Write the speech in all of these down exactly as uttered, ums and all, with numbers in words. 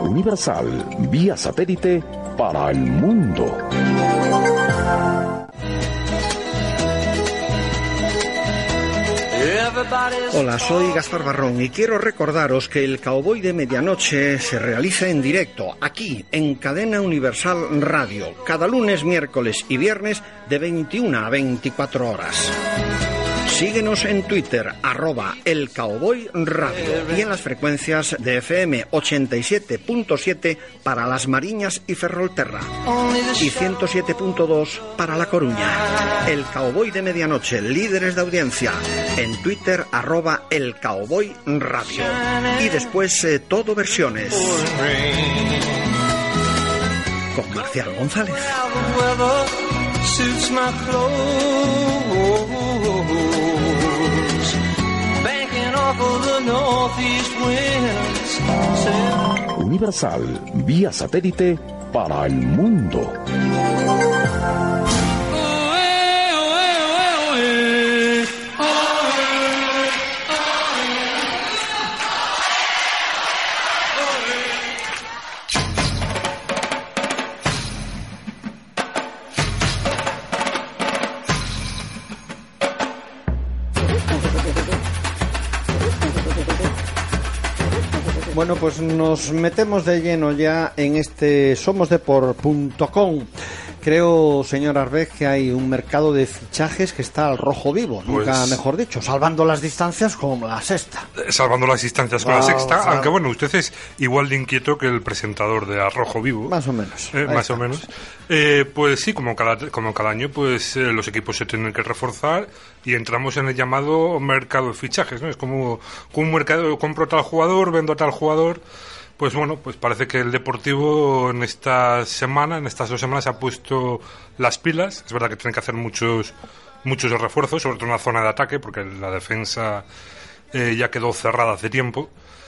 Universal, vía satélite para el mundo. Hola, soy Gaspar Barrón y quiero recordaros que el Cowboy de Medianoche se realiza en directo, aquí, en Cadena Universal Radio, cada lunes, miércoles y viernes de veintiuna a veinticuatro horas. Síguenos en Twitter, arroba El Cowboy Radio, y en las frecuencias de F M ochenta y siete punto siete para Las Mariñas y Ferrolterra, y ciento siete punto dos para La Coruña. El Cowboy de Medianoche, líderes de audiencia, en Twitter, arroba El Cowboy Radio. Y después, eh, todo versiones, con Marcial González. Suits my clothes, banking off of the northeast winds. Universal, vía satélite para el mundo. Bueno, pues nos metemos de lleno ya en este somos deport punto com. Creo, señor Arbez, que hay un mercado de fichajes que está al rojo vivo, nunca pues, mejor dicho, salvando las distancias como la sexta. Salvando las distancias con wow, la sexta, o sea, aunque bueno, usted es igual de inquieto que el presentador de Al Rojo Vivo. Más o menos. Eh, más estamos. o menos. Eh, pues sí, como cada, como cada año, pues eh, los equipos se tienen que reforzar y entramos en el llamado mercado de fichajes, ¿no? Es como, como un mercado, compro a tal jugador, vendo a tal jugador. Pues bueno, pues parece que el Deportivo en esta semana, en estas dos semanas, ha puesto las pilas. Es verdad que tienen que hacer muchos muchos refuerzos, sobre todo en la zona de ataque, porque la defensa eh, ya quedó cerrada hace tiempo.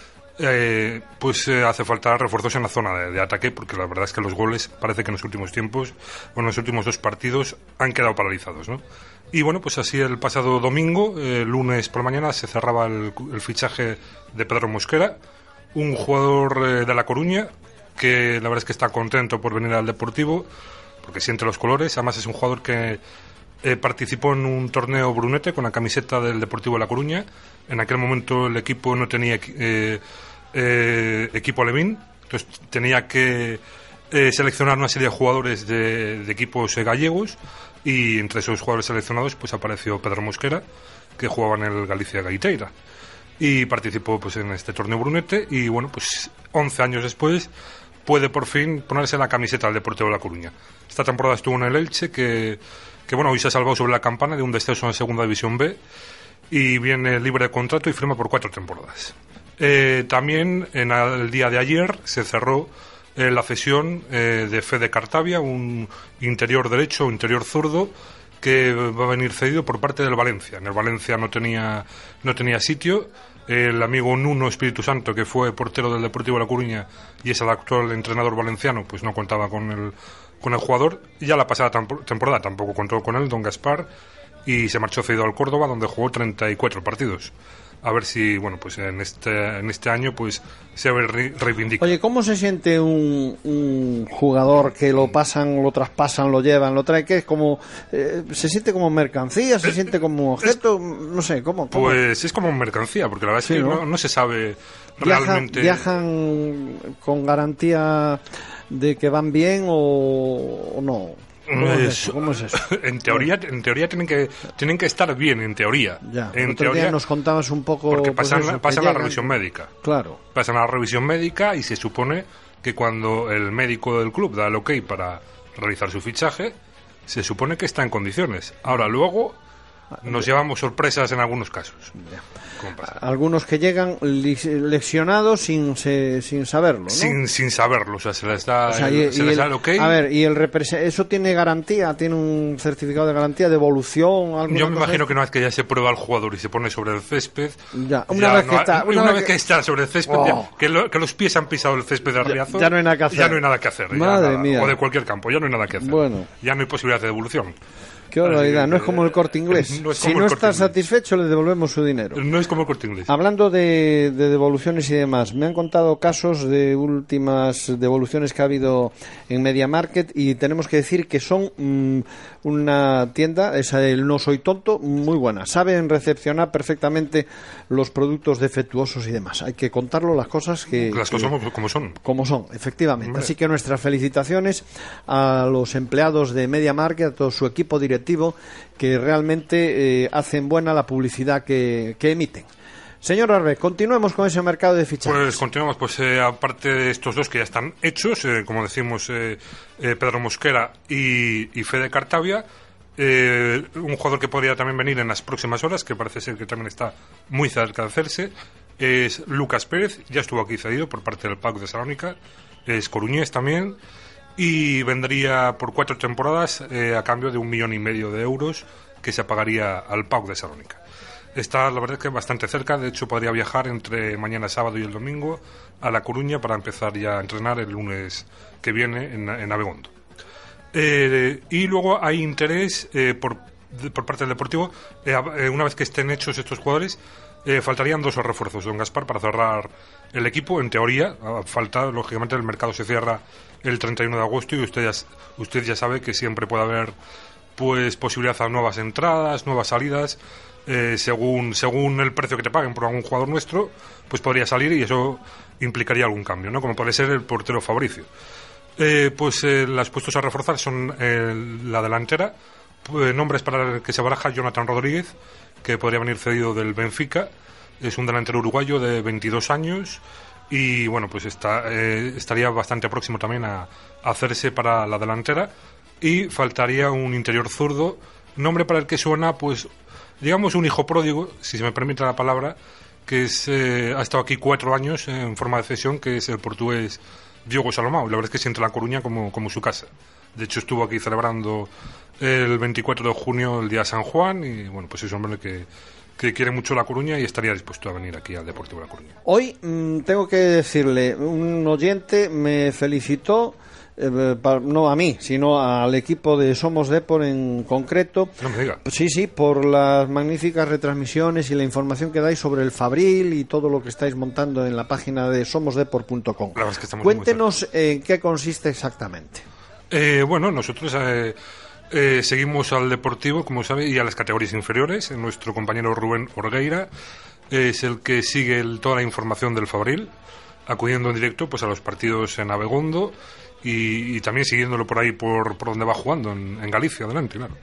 Eh, pues eh, hace falta refuerzos en la zona de, de ataque, porque la verdad es que los goles parece que en los últimos tiempos, bueno, en los últimos dos partidos han quedado paralizados, ¿no? Y bueno, pues así el pasado domingo, eh, lunes por la mañana, se cerraba el, el fichaje de Pedro Mosquera, un jugador eh, de La Coruña que la verdad es que está contento por venir al Deportivo porque siente los colores. Además es un jugador que eh, participó en un torneo Brunete con la camiseta del Deportivo de La Coruña. En aquel momento el equipo no tenía eh, eh, equipo alevín, entonces tenía que eh, seleccionar una serie de jugadores de, de equipos eh, gallegos, y entre esos jugadores seleccionados pues apareció Pedro Mosquera, que jugaba en el Galicia Gaiteira, y participó pues en este torneo Brunete. Y bueno, pues once años después puede por fin ponerse la camiseta del Deportivo de La Coruña. Esta temporada estuvo en el Elche, que, que bueno, hoy se ha salvado sobre la campana de un descenso en la Segunda División B, y viene libre de contrato y firma por cuatro temporadas. Eh, también en el día de ayer se cerró eh, la cesión eh, de Fede Cartavia, un interior derecho, interior zurdo, que va a venir cedido por parte del Valencia. En el Valencia no tenía no tenía sitio. El amigo Nuno Espíritu Santo, que fue portero del Deportivo de La Coruña y es el actual entrenador valenciano, pues no contaba con el con el jugador. Y ya la pasada temporada tampoco contó con él, don Gaspar, y se marchó cedido al Córdoba, donde jugó treinta y cuatro partidos. A ver si, bueno, pues en este en este año pues se re- reivindica. Oye, ¿cómo se siente un, un jugador que lo pasan, lo traspasan, lo llevan, lo traen? ¿Qué es como eh, se siente como mercancía, se siente como objeto? No sé, ¿cómo? cómo? Pues es como mercancía, porque la verdad es sí, que ¿no? No, no se sabe realmente. ¿Viajan con garantía de que van bien o, o no? ¿Cómo es eso? ¿Cómo es eso? En teoría, en teoría tienen que tienen que estar bien, en teoría. Ya, en otro teoría día nos contabas un poco. Porque pasan, pues eso, pasan la revisión médica. Claro. Pasan la revisión médica y se supone que cuando el médico del club da el ok para realizar su fichaje, se supone que está en condiciones. Ahora, luego nos llevamos sorpresas en algunos casos. Ya. Algunos que llegan lesionados sin se, sin saberlo, ¿no? Sin, sin saberlo, o sea, se les da, o sea, el, y, se y les el, da el ok. A ver, ¿y el repres- eso tiene garantía? ¿Tiene un certificado de garantía, de evolución? Yo me imagino que una vez que ya se prueba el jugador y se pone sobre el césped, ya, una, ya vez, no, que está, una una vez que... que está sobre el césped, oh. ya, que, lo, que los pies han pisado el césped de Arriazo, ya no hay nada que hacer. Ya no hay nada que hacer. Madre nada, mía. O de cualquier campo, ya no hay nada que hacer. Bueno. Ya no hay posibilidad de devolución. Qué barbaridad, no es como el Corte Inglés. No es si como no el Corte está Inglés. satisfecho, le devolvemos su dinero. No es como el Corte Inglés. Hablando de, de devoluciones y demás, me han contado casos de últimas devoluciones que ha habido en Media Market y tenemos que decir que son mmm, una tienda, esa del No Soy Tonto, muy buena. Saben recepcionar perfectamente los productos defectuosos y demás. Hay que contarlo, las cosas que... Las que, cosas como son. Como son, efectivamente. Hombre. Así que nuestras felicitaciones a los empleados de Media Market, a todo su equipo directivo, que realmente eh, hacen buena la publicidad que, que emiten. Señor Arbe, continuemos con ese mercado de fichajes. Pues continuamos, pues eh, aparte de estos dos que ya están hechos, eh, como decimos, eh, eh, Pedro Mosquera y, y Fede Cartavia, eh, un jugador que podría también venir en las próximas horas, que parece ser que también está muy cerca de hacerse, es Lucas Pérez, ya estuvo aquí cedido por parte del P A O K de Salónica, es coruñés también, y vendría por cuatro temporadas eh, a cambio de un millón y medio de euros que se pagaría al P A O K de Salónica. Está, la verdad, que bastante cerca. De hecho, podría viajar entre mañana sábado y el domingo a La Coruña para empezar ya a entrenar el lunes que viene en, en Abegondo. Eh, y luego hay interés eh, por, de, por parte del Deportivo. Eh, una vez que estén hechos estos jugadores, eh, faltarían dos refuerzos, don Gaspar, para cerrar el equipo. En teoría, falta, lógicamente, el mercado se cierra el treinta y uno de agosto y usted ya, usted ya sabe que siempre puede haber pues posibilidad a nuevas entradas, nuevas salidas. Eh, según según el precio que te paguen por algún jugador nuestro, pues podría salir y eso implicaría algún cambio, ¿no? Como puede ser el portero Fabricio. Eh, pues eh, las puestos a reforzar son eh, la delantera, pues, nombres para el que se baraja Jonathan Rodríguez, que podría venir cedido del Benfica, es un delantero uruguayo de veintidós años y bueno, pues está eh, estaría bastante próximo también a, a hacerse para la delantera, y faltaría un interior zurdo, nombre para el que suena pues digamos un hijo pródigo, si se me permite la palabra, que es, eh, ha estado aquí cuatro años eh, en forma de cesión, que es el portugués Diogo Salomão. La verdad es que siente La Coruña como, como su casa. De hecho, estuvo aquí celebrando el veinticuatro de junio el día de San Juan, y bueno, pues es un hombre que, que quiere mucho La Coruña y estaría dispuesto a venir aquí al Deportivo de La Coruña. Hoy mmm, tengo que decirle, un oyente me felicitó, Eh, pa, no a mí, sino al equipo de Somos Depor en concreto. No me diga. Sí, sí, por las magníficas retransmisiones y la información que dais sobre el Fabril y todo lo que estáis montando en la página de somos depor punto com. La verdad es que estamos Cuéntenos en qué consiste exactamente. Eh, bueno, nosotros eh, eh, seguimos al Deportivo, como sabe, y a las categorías inferiores. Nuestro compañero Rubén Orgueira es el que sigue el, toda la información del Fabril, acudiendo en directo pues a los partidos en Abegondo. Y, y también siguiéndolo por ahí, por, por donde va jugando, en, en Galicia, adelante, claro.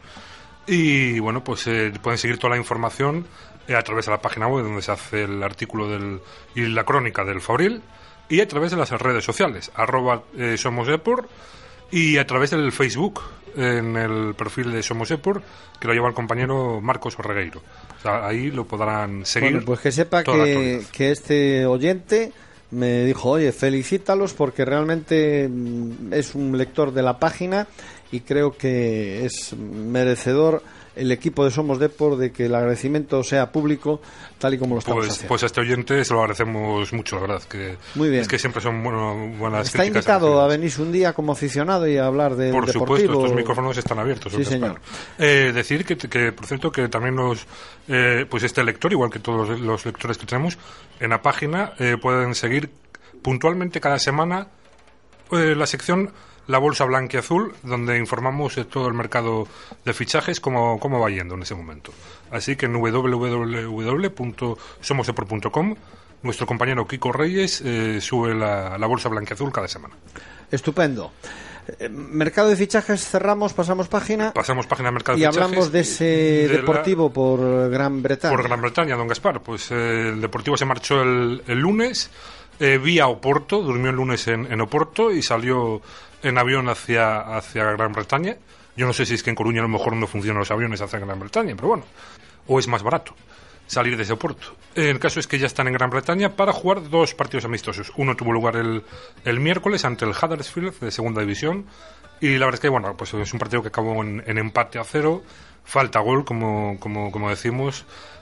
Y bueno, pues eh, pueden seguir toda la información eh, a través de la página web donde se hace el artículo del, y la crónica del Fabril, y a través de las redes sociales, arroba eh, Somos Depor, y a través del Facebook, en el perfil de Somos Depor, que lo lleva el compañero Marcos Orregueiro. O sea, ahí lo podrán seguir. Bueno, pues que sepa que, que este oyente me dijo, oye, felicítalos porque realmente es un lector de la página y creo que es merecedor el equipo de Somos Depor de que el agradecimiento sea público tal y como lo estamos pues, haciendo. Pues a este oyente se lo agradecemos mucho, la verdad. Que Muy bien. Es que siempre son bueno, buenas Está críticas. invitado a venirse un día como aficionado y a hablar del Por Deportivo. supuesto, estos micrófonos están abiertos. Sí, señor. Eh, decir que, que, por cierto, que también los, eh, pues este lector, igual que todos los, los lectores que tenemos, en la página eh, pueden seguir puntualmente cada semana eh, la sección La Bolsa Blanca y Azul, donde informamos de todo el mercado de fichajes, cómo, cómo va yendo en ese momento. Así que en doble u doble u doble u punto somos depor punto com nuestro compañero Kiko Reyes eh, sube la, la Bolsa Blanca y Azul cada semana. Estupendo. Eh, mercado de fichajes, cerramos, pasamos página. Pasamos página de mercado y de fichajes. Y hablamos de ese de Deportivo la, por Gran Bretaña. Por Gran Bretaña, don Gaspar. Pues eh, el Deportivo se marchó el, el lunes eh, vía Oporto, durmió el lunes en, en Oporto y salió en avión hacia, hacia Gran Bretaña. Yo no sé si es que en Coruña a lo mejor no funcionan los aviones hacia Gran Bretaña, pero bueno, o es más barato salir desde Oporto. El caso es que ya están en Gran Bretaña para jugar dos partidos amistosos. Uno tuvo lugar el, el miércoles ante el Huddersfield de segunda división y la verdad es que bueno, pues es un partido que acabó en, en empate a cero, falta gol como, como, como decimos.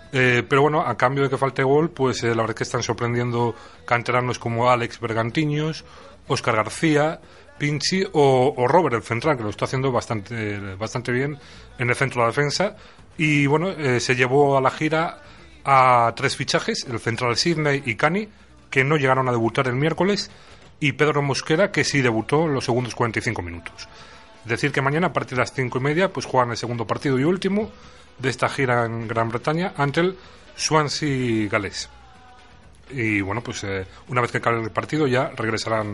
Eh, pero bueno, a cambio de que falte gol, pues eh, la verdad es que están sorprendiendo canteranos como Alex Bergantiños, Óscar García, Pinchi o, o Robert, el central, que lo está haciendo bastante, bastante bien en el centro de la defensa. Y bueno, eh, se llevó a la gira a tres fichajes, el central Sidney y Cani, que no llegaron a debutar el miércoles, y Pedro Mosquera, que sí debutó en los segundos cuarenta y cinco minutos. Es decir, que mañana a partir de las cinco y media pues juegan el segundo partido y último de esta gira en Gran Bretaña ante el Swansea galés. Y bueno, pues eh, una vez que acabe el partido ya regresarán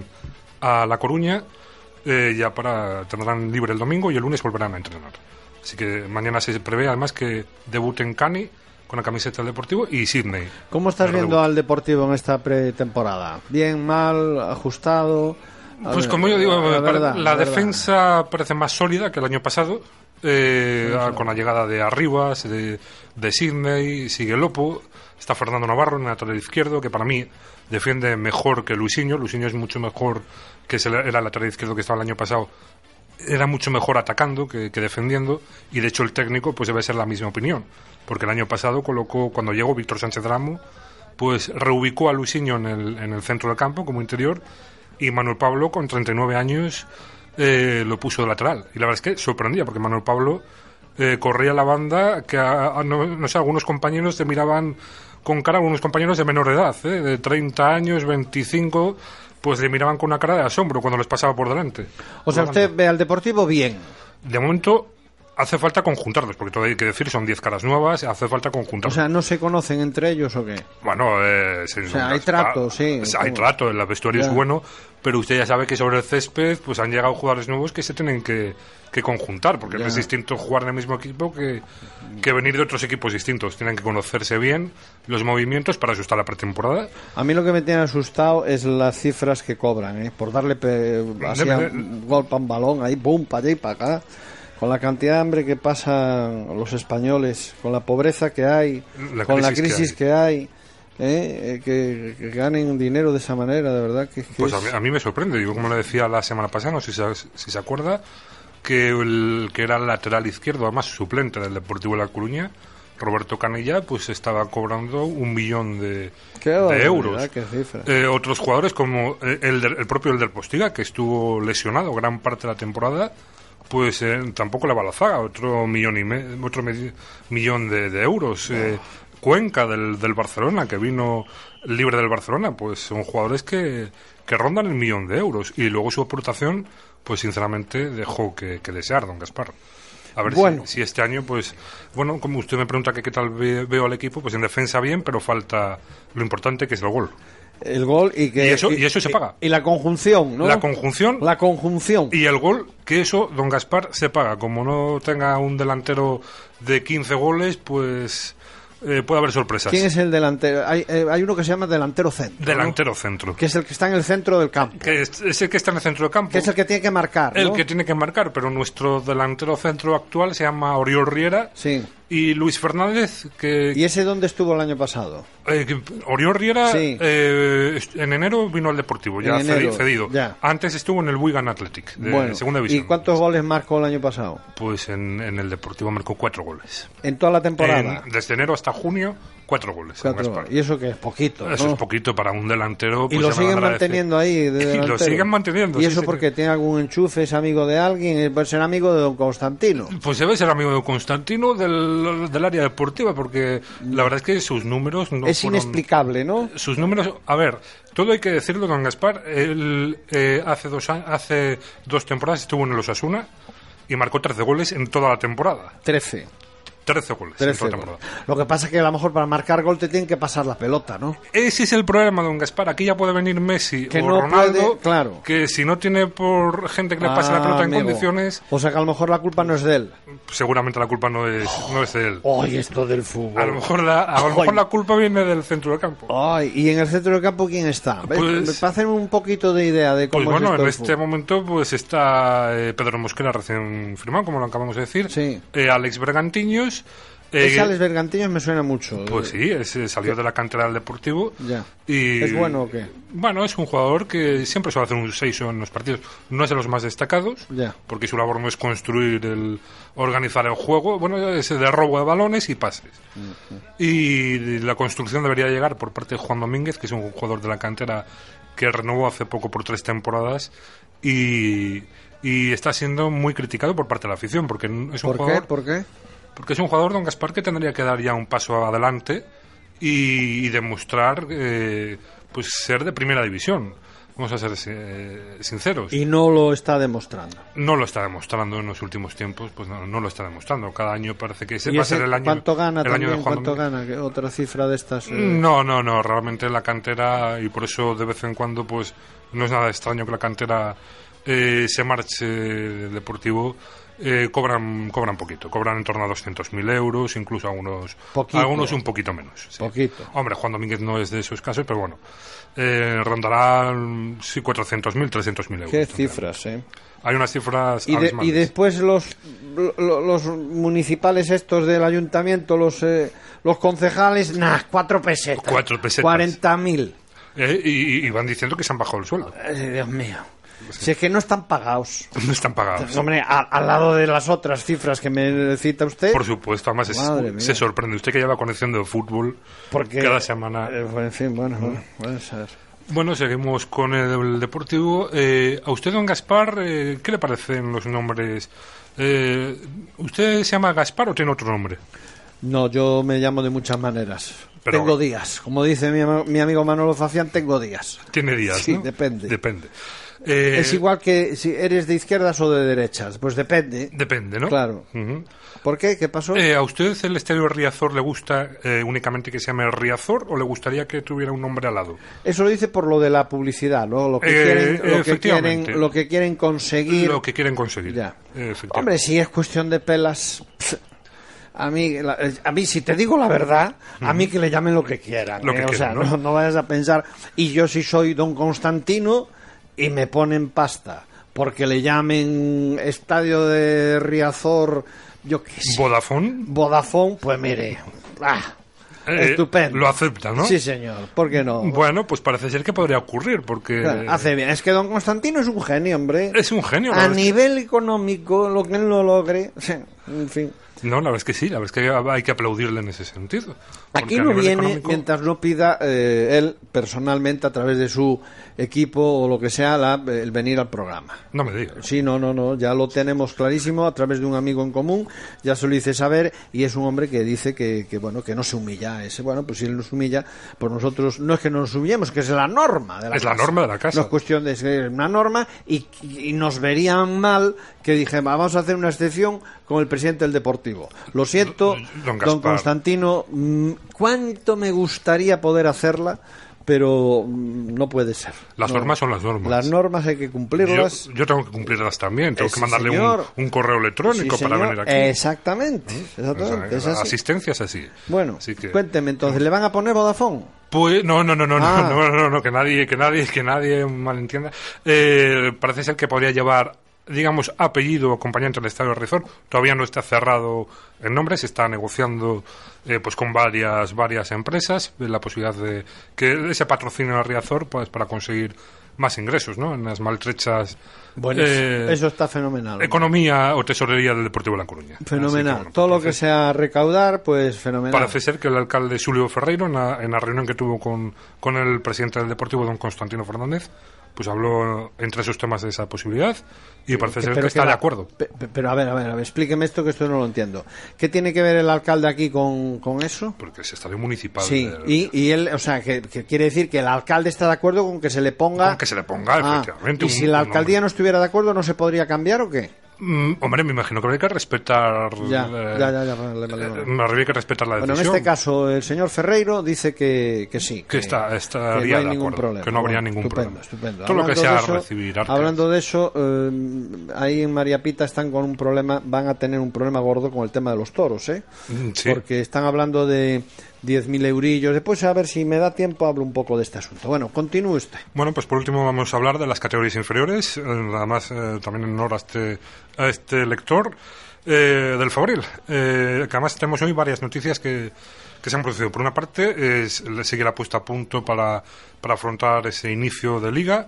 a La Coruña, eh, ya para tendrán libre el domingo y el lunes volverán a entrenar. Así que mañana se prevé además que debuten Cani con la camiseta del Deportivo y Sidney. ¿Cómo estás el viendo debut. al Deportivo en esta pretemporada? ¿Bien, mal, ajustado? A Pues ver, como yo digo, la, la, verdad, la la defensa parece más sólida que el año pasado, eh, Sí, sí. con la llegada de Arribas, de, de Sidney, sigue Lopo, está Fernando Navarro en el lateral izquierdo, que para mí defiende mejor que Luisinho. Luisinho es mucho mejor que se- era el lateral izquierdo que estaba el año pasado, era mucho mejor atacando que, que defendiendo, y de hecho el técnico pues debe ser la misma opinión, porque el año pasado colocó, cuando llegó Víctor Sánchez Ramo, pues reubicó a Luisinho en el, en el centro del campo como interior, y Manuel Pablo con treinta y nueve años eh, lo puso de lateral, y la verdad es que sorprendía, porque Manuel Pablo eh, corría la banda que a, a- no, no sé, algunos compañeros te miraban con cara, algunos compañeros de menor edad, ¿eh? De treinta años, veinticinco, pues le miraban con una cara de asombro cuando les pasaba por delante. O sea, La usted banda. ve al Deportivo bien. De momento hace falta conjuntarlos, porque todo hay que decir, son diez caras nuevas, hace falta O conjuntarlos. sea, ¿no se conocen entre ellos o qué? Bueno, eh, se- O sea, hay trato, sí, pues hay ¿cómo? trato, el vestuario Ya. es bueno, pero usted ya sabe que sobre el césped pues han llegado jugadores nuevos que se tienen que, que conjuntar, porque Ya. no es distinto jugar en el mismo equipo que, que venir de otros equipos distintos. Tienen que conocerse bien los movimientos, para eso está la pretemporada. A mí lo que me tiene asustado es las cifras que cobran, ¿eh? Por darle pe- así a Debe- un golpe a un balón, ahí, pum, para allá y para acá. Con la cantidad de hambre que pasan los españoles, con la pobreza que hay, La con la crisis que crisis que hay, ¿eh? Eh, que, que ganen dinero de esa manera, de verdad que, que Pues a es- mí, a mí me sorprende, yo como le decía la semana pasada, no sé si se, si se acuerda, que el que era el lateral izquierdo, además suplente del Deportivo de La Coruña, Roberto Canella, pues estaba cobrando un millón de, Qué de barbaridad, euros. qué cifra. Eh, otros jugadores como eh, el, del- el propio Elder Postiga, que estuvo lesionado gran parte de la temporada, pues eh, tampoco le va a la zaga, otro millón y me- otro me- millón de, de euros. Eh, Cuenca del, del Barcelona, que vino libre del Barcelona, pues son jugadores que, que rondan el millón de euros, y luego su aportación, pues sinceramente dejó que, que desear, don Gaspar. A ver Bueno. si, si este año, pues, bueno, como usted me pregunta que qué tal ve- veo al equipo, pues en defensa bien, pero falta lo importante, que es el gol. el gol y que Y eso- y eso se paga. y la conjunción, ¿no? La conjunción La conjunción. y el gol, que eso, don Gaspar, se paga. Como no tenga un delantero de quince goles, pues eh, puede haber sorpresas. ¿Quién es el delantero? Hay, eh, hay uno que se llama delantero centro, ¿no? Delantero centro. Que es el que está en el centro del campo, Que es, es el que está en el centro del campo. que es el que tiene que marcar, El ¿no? que tiene que marcar, pero nuestro delantero centro actual se llama Oriol Riera. Sí. Y Luis Fernández, que, ¿Y ese dónde estuvo el año pasado? eh, que Oriol Riera Sí. eh, est- en enero vino al Deportivo, ya En cedi- enero, cedido. ya. Antes estuvo en el Wigan Athletic, de Bueno, segunda ¿y división. cuántos goles marcó el año pasado? Pues en, en el Deportivo marcó cuatro goles. En toda la temporada. En- desde enero hasta junio, cuatro goles. don Cuatro Gaspar. goles. Y eso que es poquito, Eso ¿no? es poquito para un delantero. Y pues lo se siguen agradece. manteniendo ahí de Y lo delantero. siguen manteniendo. ¿Y sí, eso señor. porque tiene algún enchufe, es amigo de alguien, eh, puede ser amigo de don Constantino? Pues debe ser amigo de Constantino del, del área deportiva, porque la verdad es que sus números no es fueron- inexplicable, ¿no? Sus números, a ver, todo hay que decirlo, don Gaspar. Él eh, hace dos años, hace dos temporadas estuvo en el Osasuna y marcó trece goles en toda la temporada. Trece. trece goles en Trece toda la goles. temporada. Lo que pasa es que a lo mejor para marcar gol te tienen que pasar la pelota, ¿no? Ese es el problema, don Gaspar. Aquí ya puede venir Messi Que o no Ronaldo, puede, claro. que si no tiene por gente que le pase Ah, la pelota en amigo. condiciones, O sea que a lo mejor la culpa no es de él. seguramente la culpa no es, no es de él. Ay, esto del fútbol. A lo mejor la, a lo mejor Ay. la culpa viene del centro del campo. Ay, ¿y en el centro del campo quién está? ¿Ves? Pues- Para hacer un poquito de idea de Pues cómo bueno, es esto en del este fútbol. momento pues está eh, Pedro Mosquera recién firmado, como lo acabamos de decir. Sí. Eh, Alex Bergantiños, Eh, Ese Alex Bergantiños me suena mucho. Pues sí, es, salió ¿Qué? de la cantera del Deportivo. Ya. Y, ¿Es bueno o qué? Bueno, es un jugador que siempre suele hacer un seis en los partidos. No es de los más destacados, Ya. porque su labor no es construir, el organizar el juego. Bueno, es de robo de balones y pases. Uh-huh. Y la construcción debería llegar por parte de Juan Domínguez, que es un jugador de la cantera que renovó hace poco por tres temporadas. Y, y está siendo muy criticado por parte de la afición, porque es un ¿Por jugador... qué? ¿Por qué? Porque es un jugador, don Gaspar, que tendría que dar ya un paso adelante y, y demostrar eh, pues ser de primera división. Vamos a ser eh, sinceros. Y no lo está demostrando. No lo está demostrando en los últimos tiempos, pues no, no lo está demostrando. Cada año parece que se ¿Y va ese, a ser el año. ¿Cuánto gana el también? año de Juan ¿Cuánto Domínguez. gana? ¿Qué otra cifra de estas? Eh... No, no, no. Realmente la cantera, y por eso de vez en cuando, pues no es nada extraño que la cantera eh, se marche del Deportivo. Eh, cobran cobran poquito, cobran en torno a doscientos mil euros, incluso algunos Poquito. algunos un poquito menos. Sí. Poquito. Hombre, Juan Domínguez no es de esos casos, pero bueno, eh, rondará sí, cuatrocientos mil, trescientos mil euros. Qué cifras, ¿eh? Hay unas cifras y, de, y después los, los los municipales estos del ayuntamiento, los eh, los concejales, nah, cuatro pesetas. Cuatro pesetas. Cuarenta mil. Eh, y, y van diciendo que se han bajado el sueldo. Eh, Dios mío. Si es que no están pagados. No están pagados. Hombre, a, al lado de las otras cifras que me cita usted. Por supuesto, además es, se sorprende. Usted que lleva conexión de fútbol porque, cada semana. Eh, en fin, bueno, bueno, puede ser. Bueno, seguimos con el Deportivo. Eh, ¿A usted, don Gaspar, eh, qué le parecen los nombres? Eh, ¿Usted se llama Gaspar o tiene otro nombre? No, yo me llamo de muchas maneras. Pero, tengo días. Como dice mi, mi amigo Manolo Facián, tengo días. Tiene días, sí, ¿no? depende. Depende. Eh, es igual que si eres de izquierdas o de derechas. Pues depende. Depende, ¿no? Claro. Uh-huh. ¿Por qué? ¿Qué pasó? Eh, ¿A usted el estadio Riazor le gusta eh, únicamente que se llame Riazor o le gustaría que tuviera un nombre al lado? Eso lo dice por lo de la publicidad, ¿no? Lo que, eh, quieren, lo que quieren, lo que quieren conseguir. Lo que quieren conseguir. Ya. Hombre, si es cuestión de pelas. Pff, a mí, la, a mí, si te digo la verdad, a mí que le llamen lo que quieran. Lo que eh, quieran, o sea, ¿no? no, no vayas a pensar. Y yo si soy don Constantino y me ponen pasta porque le llamen Estadio de Riazor, yo qué sé. ¿Vodafone? Vodafone, pues mire. Ah, eh, estupendo. Lo acepta, ¿no? Sí, señor. ¿Por qué no? Bueno, pues parece ser que podría ocurrir, porque... Claro, hace bien. Es que don Constantino es un genio, hombre. Es un genio. A nivel económico, lo que él no logre, en fin... No, la verdad es que sí, la verdad es que hay que aplaudirle en ese sentido. Aquí no viene económico... mientras no pida eh, él personalmente a través de su equipo o lo que sea la, el venir al programa. No me digas. Sí, no, no, no, ya lo tenemos clarísimo a través de un amigo en común, ya se lo hice saber y es un hombre que dice que, que bueno, que no se humilla. Ese, bueno, pues si él nos humilla, pues nosotros no es que no nos humillemos, que es la norma de la es casa. Es la norma de la casa. No es cuestión de ser una norma y, y nos verían mal que dije, vamos a hacer una excepción con el presidente del Deportivo. Lo siento, don, don Constantino, cuánto me gustaría poder hacerla, pero no puede ser. Las no. normas son las normas. Las normas hay que cumplirlas. Yo, yo tengo que cumplirlas también. Tengo eh, que mandarle sí, un, un correo electrónico sí, para venir aquí. Exactamente. exactamente o sea, es así. Asistencia es así. Bueno, así que... cuénteme entonces, ¿le van a poner Vodafone? Pues no, no, no, no, ah. no, no, no, no, que nadie, que nadie, que nadie malentienda. Eh, parece ser que podría llevar, digamos, apellido o acompañante del Estadio Riazor. Todavía no está cerrado el nombre, se está negociando eh, pues con varias varias empresas la posibilidad de que ese patrocinio a Riazor pues para conseguir más ingresos, ¿no? En las maltrechas bueno, eh, eso está fenomenal. Economía o tesorería del Deportivo de La Coruña. Fenomenal. Que, bueno, todo lo que sea recaudar, pues fenomenal. Parece ser que el alcalde Xulio Ferreiro, en la, en la reunión que tuvo con, con el presidente del Deportivo, don Constantino Fernández, pues habló entre esos temas de esa posibilidad y parece ser que, que está que la, de acuerdo. Pe, pero a ver, a ver, a ver, explíqueme esto que esto no lo entiendo. ¿Qué tiene que ver el alcalde aquí con, con eso? Porque es estadio municipal. Sí, del... y, y él, o sea, que, que quiere decir que el alcalde está de acuerdo con que se le ponga... Con que se le ponga, ah, efectivamente. ¿Y un, si la alcaldía no estuviera de acuerdo, no se podría cambiar o qué? Mm, hombre, me imagino que habría que respetar... Ya, eh, ya, ya, ya vale, vale, vale. Eh, habría que respetar la decisión. Bueno, en este caso, el señor Ferreiro dice que, que sí. Que, que está, estaría que no hay de ningún acuerdo, problema. que no habría bueno, ningún estupendo, problema. Estupendo. Todo hablando lo que sea eso, recibir arte. Hablando de eso, eh, ahí en María Pita están con un problema, van a tener un problema gordo con el tema de los toros, ¿eh? Sí. Porque están hablando de diez mil eurillos. Después, a ver si me da tiempo, hablo un poco de este asunto. Bueno, continúe usted. Bueno, pues por último vamos a hablar de las categorías inferiores, eh, además eh, también en honor a este, a este lector. Eh, del Fabril, eh, que además tenemos hoy varias noticias que, que se han producido. Por una parte, es, sigue la puesta a punto para, para afrontar ese inicio de liga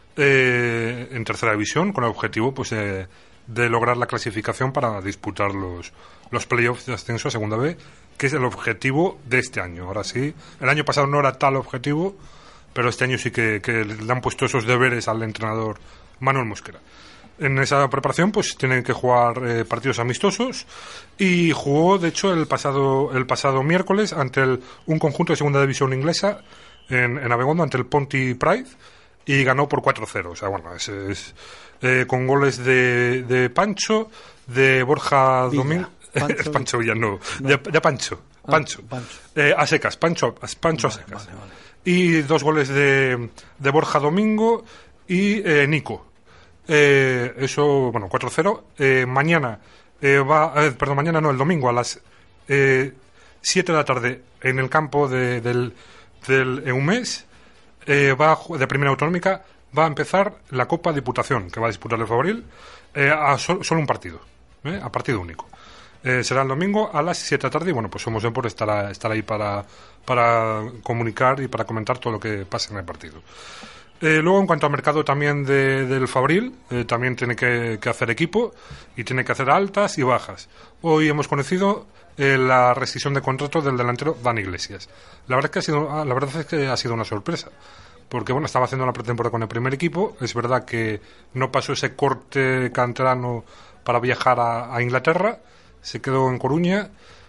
eh, en tercera división, con el objetivo pues eh, de lograr la clasificación para disputar los, los playoffs de ascenso a segunda B, que es el objetivo de este año. Ahora sí, el año pasado no era tal objetivo, pero este año sí que, que le han puesto esos deberes al entrenador Manuel Mosquera. En esa preparación pues tienen que jugar eh, partidos amistosos, y jugó de hecho el pasado el pasado miércoles ante el, un conjunto de segunda división inglesa en, en Abegondo, ante el Ponty Pride, y ganó por cuatro cero. O sea, bueno, es, es eh, con goles de, de Pancho, de Borja Domínguez, Pancho, Pancho Villa, no, no. De, de Pancho, ah, Pancho, Pancho. Eh, a secas, Pancho, Pancho vale, a secas, vale, vale. Y dos goles de, de Borja Domingo y eh, Nico. Eh, eso, bueno, cuatro cero. Eh, mañana eh, va, eh, perdón, mañana no, el domingo a las eh, siete de la tarde en el campo de, del, del Eumés, eh, va a, de Primera Autonómica, va a empezar la Copa Diputación, que va a disputar el Fabril, eh, a sol, solo un partido, eh, a partido único. Eh, será el domingo a las siete de la tarde, y bueno, pues Somos Depor estará, estará ahí para, para comunicar y para comentar todo lo que pase en el partido. Eh, luego, en cuanto al mercado también de, del Fabril, eh, también tiene que, que hacer equipo y tiene que hacer altas y bajas. Hoy hemos conocido eh, la rescisión de contrato del delantero Dani Iglesias. La verdad, que ha sido, la verdad es que ha sido una sorpresa, porque bueno, estaba haciendo una pretemporada con el primer equipo. Es verdad que no pasó ese corte canterano para viajar a, a Inglaterra, se quedó en Coruña,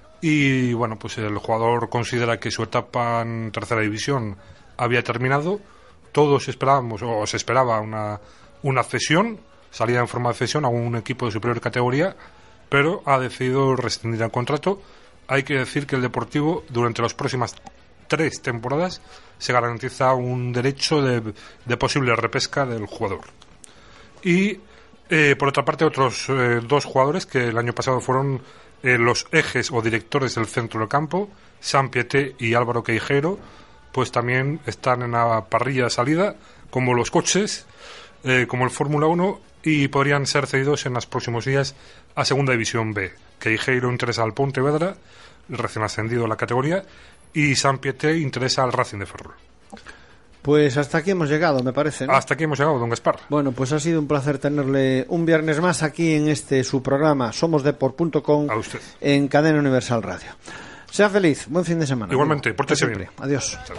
y bueno, pues el jugador considera que su etapa en tercera división había terminado. Todos esperábamos, o se esperaba una, una cesión, salida en forma de cesión a un equipo de superior categoría, pero ha decidido rescindir el contrato. Hay que decir que el Deportivo, durante las próximas tres temporadas, se garantiza un derecho de, de posible repesca del jugador. Y, eh, por otra parte, otros eh, dos jugadores que el año pasado fueron eh, los ejes o directores del centro del campo, San Pieté y Álvaro Queijeiro, pues también están en la parrilla de salida, como los coches, eh, como el Fórmula uno, y podrían ser cedidos en los próximos días a Segunda División B. Queijeiro interesa al Pontevedra, recién ascendido a la categoría, y San Pieté interesa al Racing de Ferrol. Pues hasta aquí hemos llegado, me parece, ¿no? Hasta aquí hemos llegado, don Gaspar. Bueno, pues ha sido un placer tenerle un viernes más aquí en este su programa, somos depor punto com, a usted, en Cadena Universal Radio. Sea feliz, buen fin de semana. Igualmente, pórtese bien. Adiós. Chao.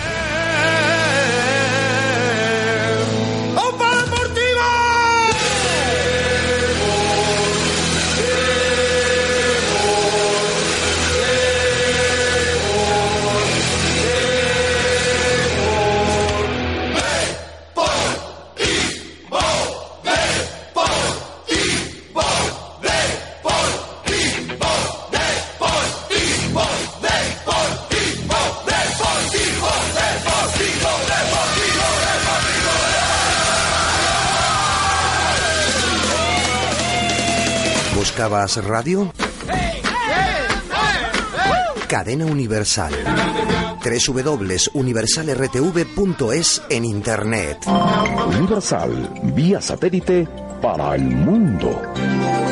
¿Buscabas radio? Cadena Universal. doble u doble u doble u punto universal r t v punto es en internet. Universal, vía satélite para el mundo.